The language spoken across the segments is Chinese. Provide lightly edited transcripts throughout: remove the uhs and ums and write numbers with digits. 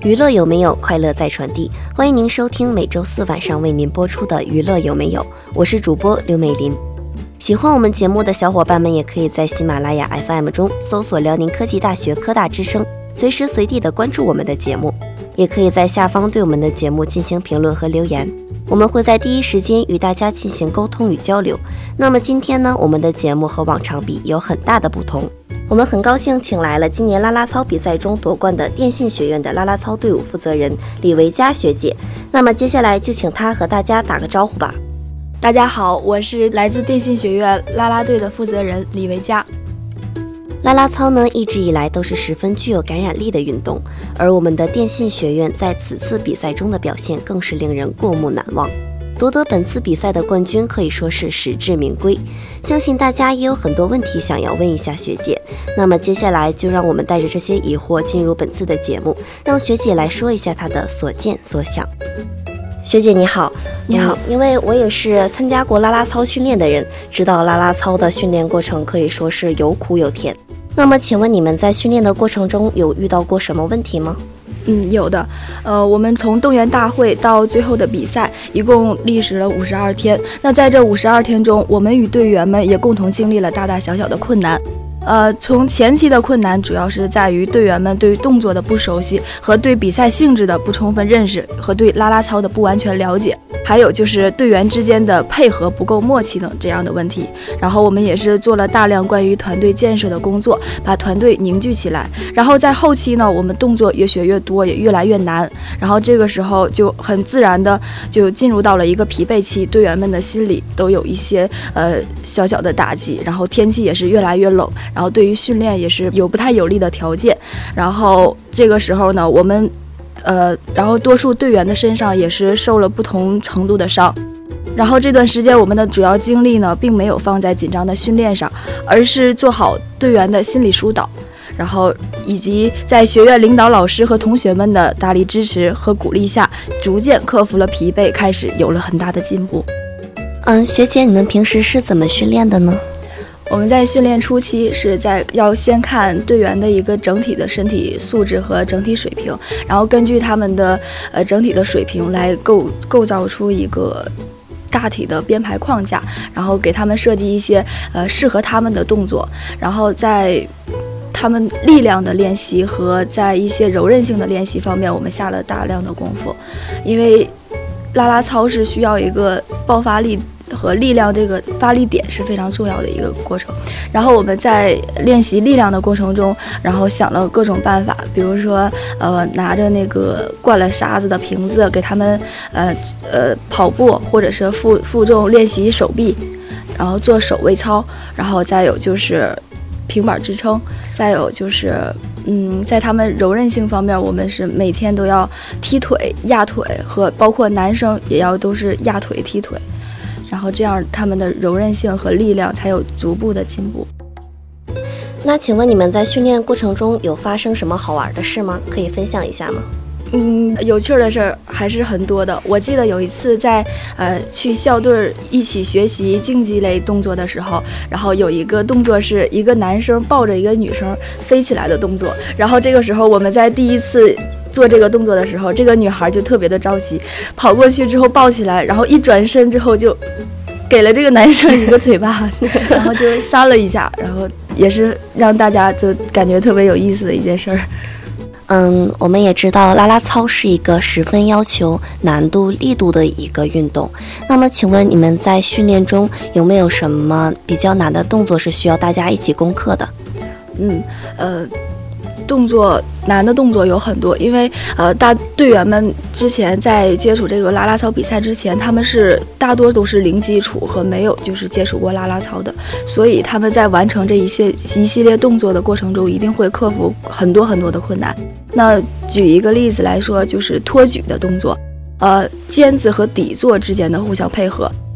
娱乐有没有？快乐在传递。欢迎您收听每周四晚上为您播出的娱乐有没有？我是主播刘美林。喜欢我们节目的小伙伴们，也可以在喜马拉雅 FM 中搜索辽宁科技大学科大之声，随时随地的关注我们的节目，也可以在下方对我们的节目进行评论和留言，我们会在第一时间与大家进行沟通与交流。那么今天呢，我们的节目和往常比有很大的不同，我们很高兴请来了今年啦啦操比赛中夺冠的电信学院的啦啦操队伍负责人李维佳学姐。那么接下来就请她和大家打个招呼吧。 大家好，我是来自电信学院啦啦队的负责人李维佳。 啦啦操呢，一直以来都是十分具有感染力的运动，而我们的电信学院在此次比赛中的表现更是令人过目难忘。夺得本次比赛的冠军可以说是实至名归，相信大家也有很多问题想要问一下学姐。那么接下来就让我们带着这些疑惑进入本次的节目，让学姐来说一下她的所见所想。学姐你好。 你好。 因为我也是参加过啦啦操训练的人，知道啦啦操的训练过程可以说是有苦有甜。那么请问你们在训练的过程中有遇到过什么问题吗？ 有的。我们从动员大会到最后的比赛，一共历时了52天。那在这52天中，我们与队员们也共同经历了大大小小的困难。从前期的困难主要是在于队员们对动作的不熟悉，和对比赛性质的不充分认识，和对啦啦操的不完全了解，还有就是队员之间的配合不够默契等这样的问题。然后我们也是做了大量关于团队建设的工作，把团队凝聚起来。然后在后期呢，我们动作越学越多，也越来越难。然后这个时候就很自然的就进入到了一个疲惫期，队员们的心理都有一些小小的打击。然后天气也是越来越冷，然后对于训练也是有不太有利的条件。然后这个时候呢，我们然后多数队员的身上也是受了不同程度的伤。然后这段时间我们的主要精力呢，并没有放在紧张的训练上，而是做好队员的心理疏导，然后以及在学院领导老师和同学们的大力支持和鼓励下，逐渐克服了疲惫，开始有了很大的进步。 学姐，你们平时是怎么训练的呢？ 我们在训练初期是要先看队员的一个整体的身体素质和整体水平，然后根据他们的整体的水平来构造出一个大体的编排框架，然后给他们设计一些适合他们的动作，然后在他们力量的练习和在一些柔韧性的练习方面，我们下了大量的功夫。因为啦啦操是需要一个爆发力和力量，这个发力点是非常重要的一个过程。然后我们在练习力量的过程中，然后想了各种办法，比如说拿着那个灌了沙子的瓶子给他们跑步，或者是负重练习手臂，然后做手位操，然后再有就是平板支撑，再有就是在他们柔韧性方面，我们是每天都要踢腿、压腿，和包括男生也要都是压腿、踢腿，然后这样他们的柔韧性和力量才有逐步的进步。 那请问你们在训练过程中有发生什么好玩的事吗？可以分享一下吗？ 有趣的事儿还是很多的。我记得有一次在去校队一起学习竞技类动作的时候，然后有一个动作是一个男生抱着一个女生飞起来的动作，然后这个时候我们在第一次做这个动作的时候，这个女孩就特别的着急，跑过去之后抱起来，然后一转身之后就给了这个男生一个嘴巴然后就扇了一下，然后也是让大家就感觉特别有意思的一件事儿。 我们也知道啦啦操是一个十分要求难度力度的一个运动，那么请问你们在训练中有没有什么比较难的动作是需要大家一起攻克的？难的动作有很多，因为大队员们之前在接触这个啦啦操比赛之前，他们是大多都是零基础和没有就是接触过啦啦操的，所以他们在完成这一系列动作的过程中，一定会克服很多很多的困难。那举一个例子来说，就是托举的动作，肩子和底座之间的互相配合。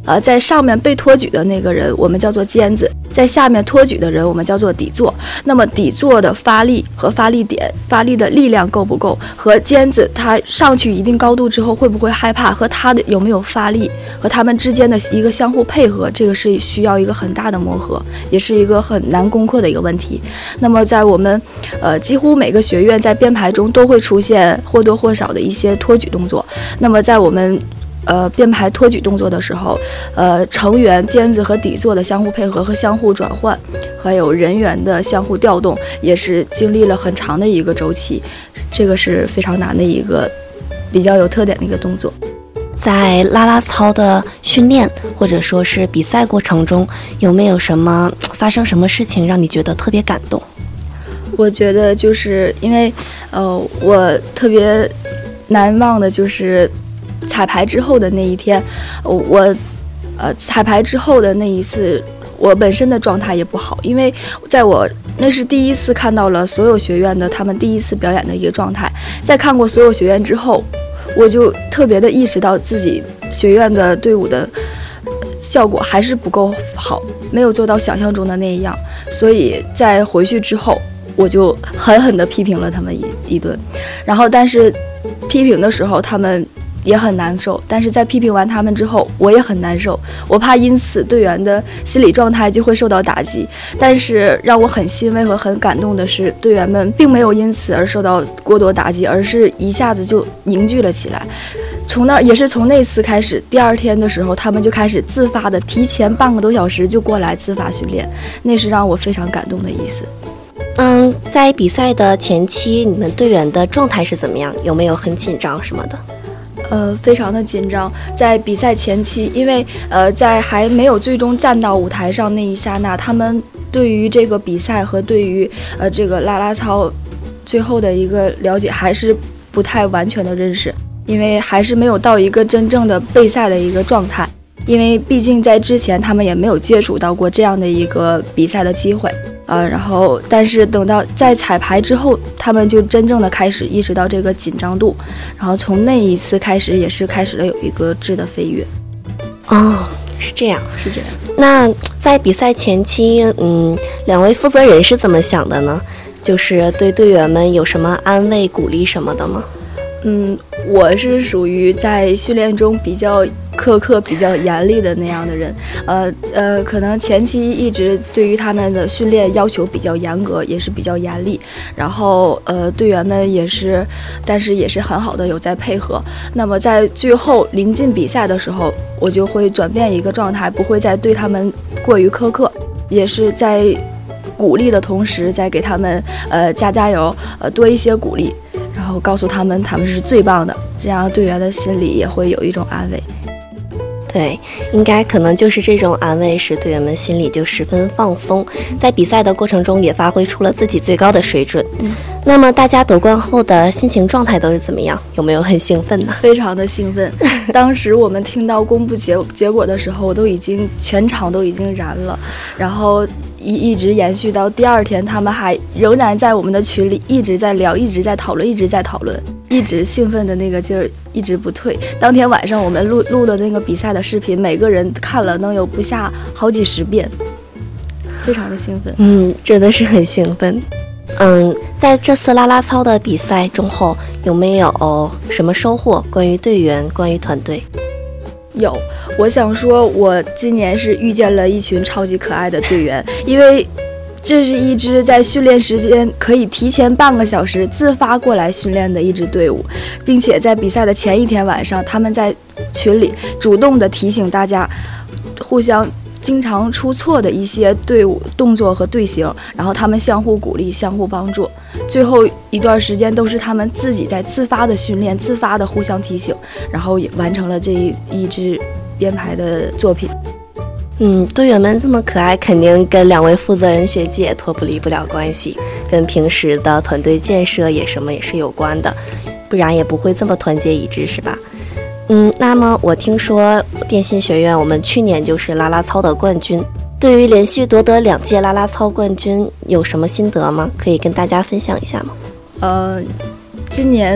在上面被托举的那个人我们叫做尖子，在下面托举的人我们叫做底座。那么底座的发力和发力点，发力的力量够不够，和尖子他上去一定高度之后会不会害怕，和他的有没有发力，和他们之间的一个相互配合，这个是需要一个很大的磨合，也是一个很难攻克的一个问题。那么在我们几乎每个学院在编排中都会出现或多或少的一些托举动作。那么在我们编排托举动作的时候，成员尖子和底座的相互配合和相互转换，还有人员的相互调动，也是经历了很长的一个周期，这个是非常难的一个比较有特点的一个动作。 在啦啦操的训练或者说是比赛过程中，有没有发生什么事情让你觉得特别感动？ 我觉得就是因为我特别难忘的就是彩排之后的那一天，彩排之后的那一次，我本身的状态也不好，因为那是第一次看到了所有学院的他们第一次表演的一个状态。在看过所有学院之后，我就特别的意识到自己学院的队伍的效果还是不够好，没有做到想象中的那样，所以在回去之后我就狠狠地批评了他们一顿。然后但是批评的时候他们也很难受，但是在批评完他们之后我也很难受，我怕因此队员的心理状态就会受到打击。但是让我很欣慰和很感动的是，队员们并没有因此而受到过多打击，而是一下子就凝聚了起来。也是从那次开始，第二天的时候他们就开始自发的提前半个多小时就过来自发训练，那是让我非常感动的意思。 在比赛的前期，你们队员的状态是怎么样？有没有很紧张什么的？ 非常的紧张。在比赛前期，因为在还没有最终站到舞台上那一刹那，他们对于这个比赛和对于这个啦啦操最后的一个了解还是不太完全的认识，因为还是没有到一个真正的备赛的一个状态，因为毕竟在之前他们也没有接触到过这样的一个比赛的机会。然后但是等到在彩排之后，他们就真正的开始意识到这个紧张度，然后从那一次开始也是开始了有一个质的飞跃。 是这样。 那在比赛前期，两位负责人是怎么想的呢？就是对队员们有什么安慰鼓励什么的吗？ 我是属于在训练中比较苛刻、比较严厉的那样的人，可能前期一直对于他们的训练要求比较严格，也是比较严厉。然后队员们也是，但是也是很好的有在配合。那么在最后临近比赛的时候，我就会转变一个状态，不会再对他们过于苛刻，也是在鼓励的同时，再给他们加油，多一些鼓励。然后告诉他们是最棒的，这样队员的心里也会有一种安慰。 对，应该可能就是这种安慰使队员们心里就十分放松，在比赛的过程中也发挥出了自己最高的水准。那么大家夺冠后的心情状态都是怎么样？有没有很兴奋呢？ 非常的兴奋。当时我们听到公布结果的时候，全场都已经燃了，然后一直延续到第二天，他们还仍然在我们的群里一直在聊，一直在讨论，一直兴奋的那个劲儿一直不退。当天晚上我们录的那个比赛的视频，每个人看了能有不下好几十遍，非常的兴奋。 真的是很兴奋。在这次啦啦操的比赛中后，有没有什么收获？关于队员，关于团队？ 有，我想说，我今年是遇见了一群超级可爱的队员，因为这是一支在训练时间可以提前半个小时自发过来训练的一支队伍，并且在比赛的前一天晚上，他们在群里主动的提醒大家，互相经常出错的一些队伍动作和队形，然后他们相互鼓励，相互帮助。最后一段时间都是他们自己在自发的训练，自发的互相提醒，然后也完成了这一支编排的作品。 队员们这么可爱，肯定跟两位负责人学姐脱离不了关系，跟平时的团队建设也是有关的，不然也不会这么团结一致，是吧？那么我听说电信学院我们去年就是啦啦操的冠军，对于连续夺得2届啦啦操冠军有什么心得吗？可以跟大家分享一下吗？ 今年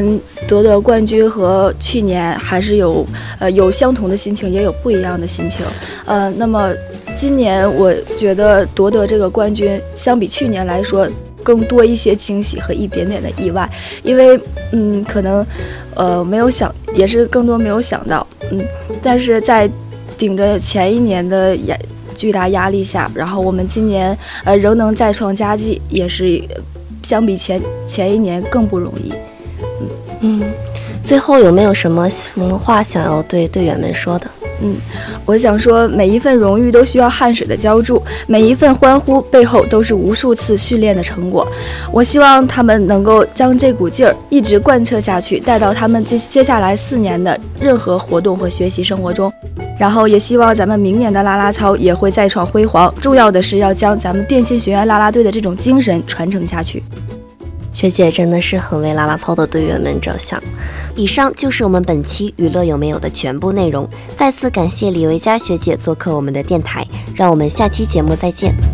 得冠军和去年还是有相同的心情，也有不一样的心情。那么今年我觉得夺得这个冠军，相比去年来说，更多一些惊喜和一点点的意外，因为可能没有想，也是更多没有想到，但是在顶着前一年的巨大压力下，然后我们今年仍能再创佳绩，也是相比前一年更不容易。 最后有没有什么话想要对队员们说的？ 我想说，每一份荣誉都需要汗水的浇筑，每一份欢呼背后都是无数次训练的成果。我希望他们能够将这股劲儿一直贯彻下去，带到他们接下来4年的任何活动和学习生活中。然后也希望咱们明年的啦啦操也会再创辉煌。重要的是要将咱们电信学院啦啦队的这种精神传承下去。 学姐真的是很为啦啦操的队员们着想。以上就是我们本期娱乐有没有的全部内容，再次感谢李维佳学姐做客我们的电台，让我们下期节目再见。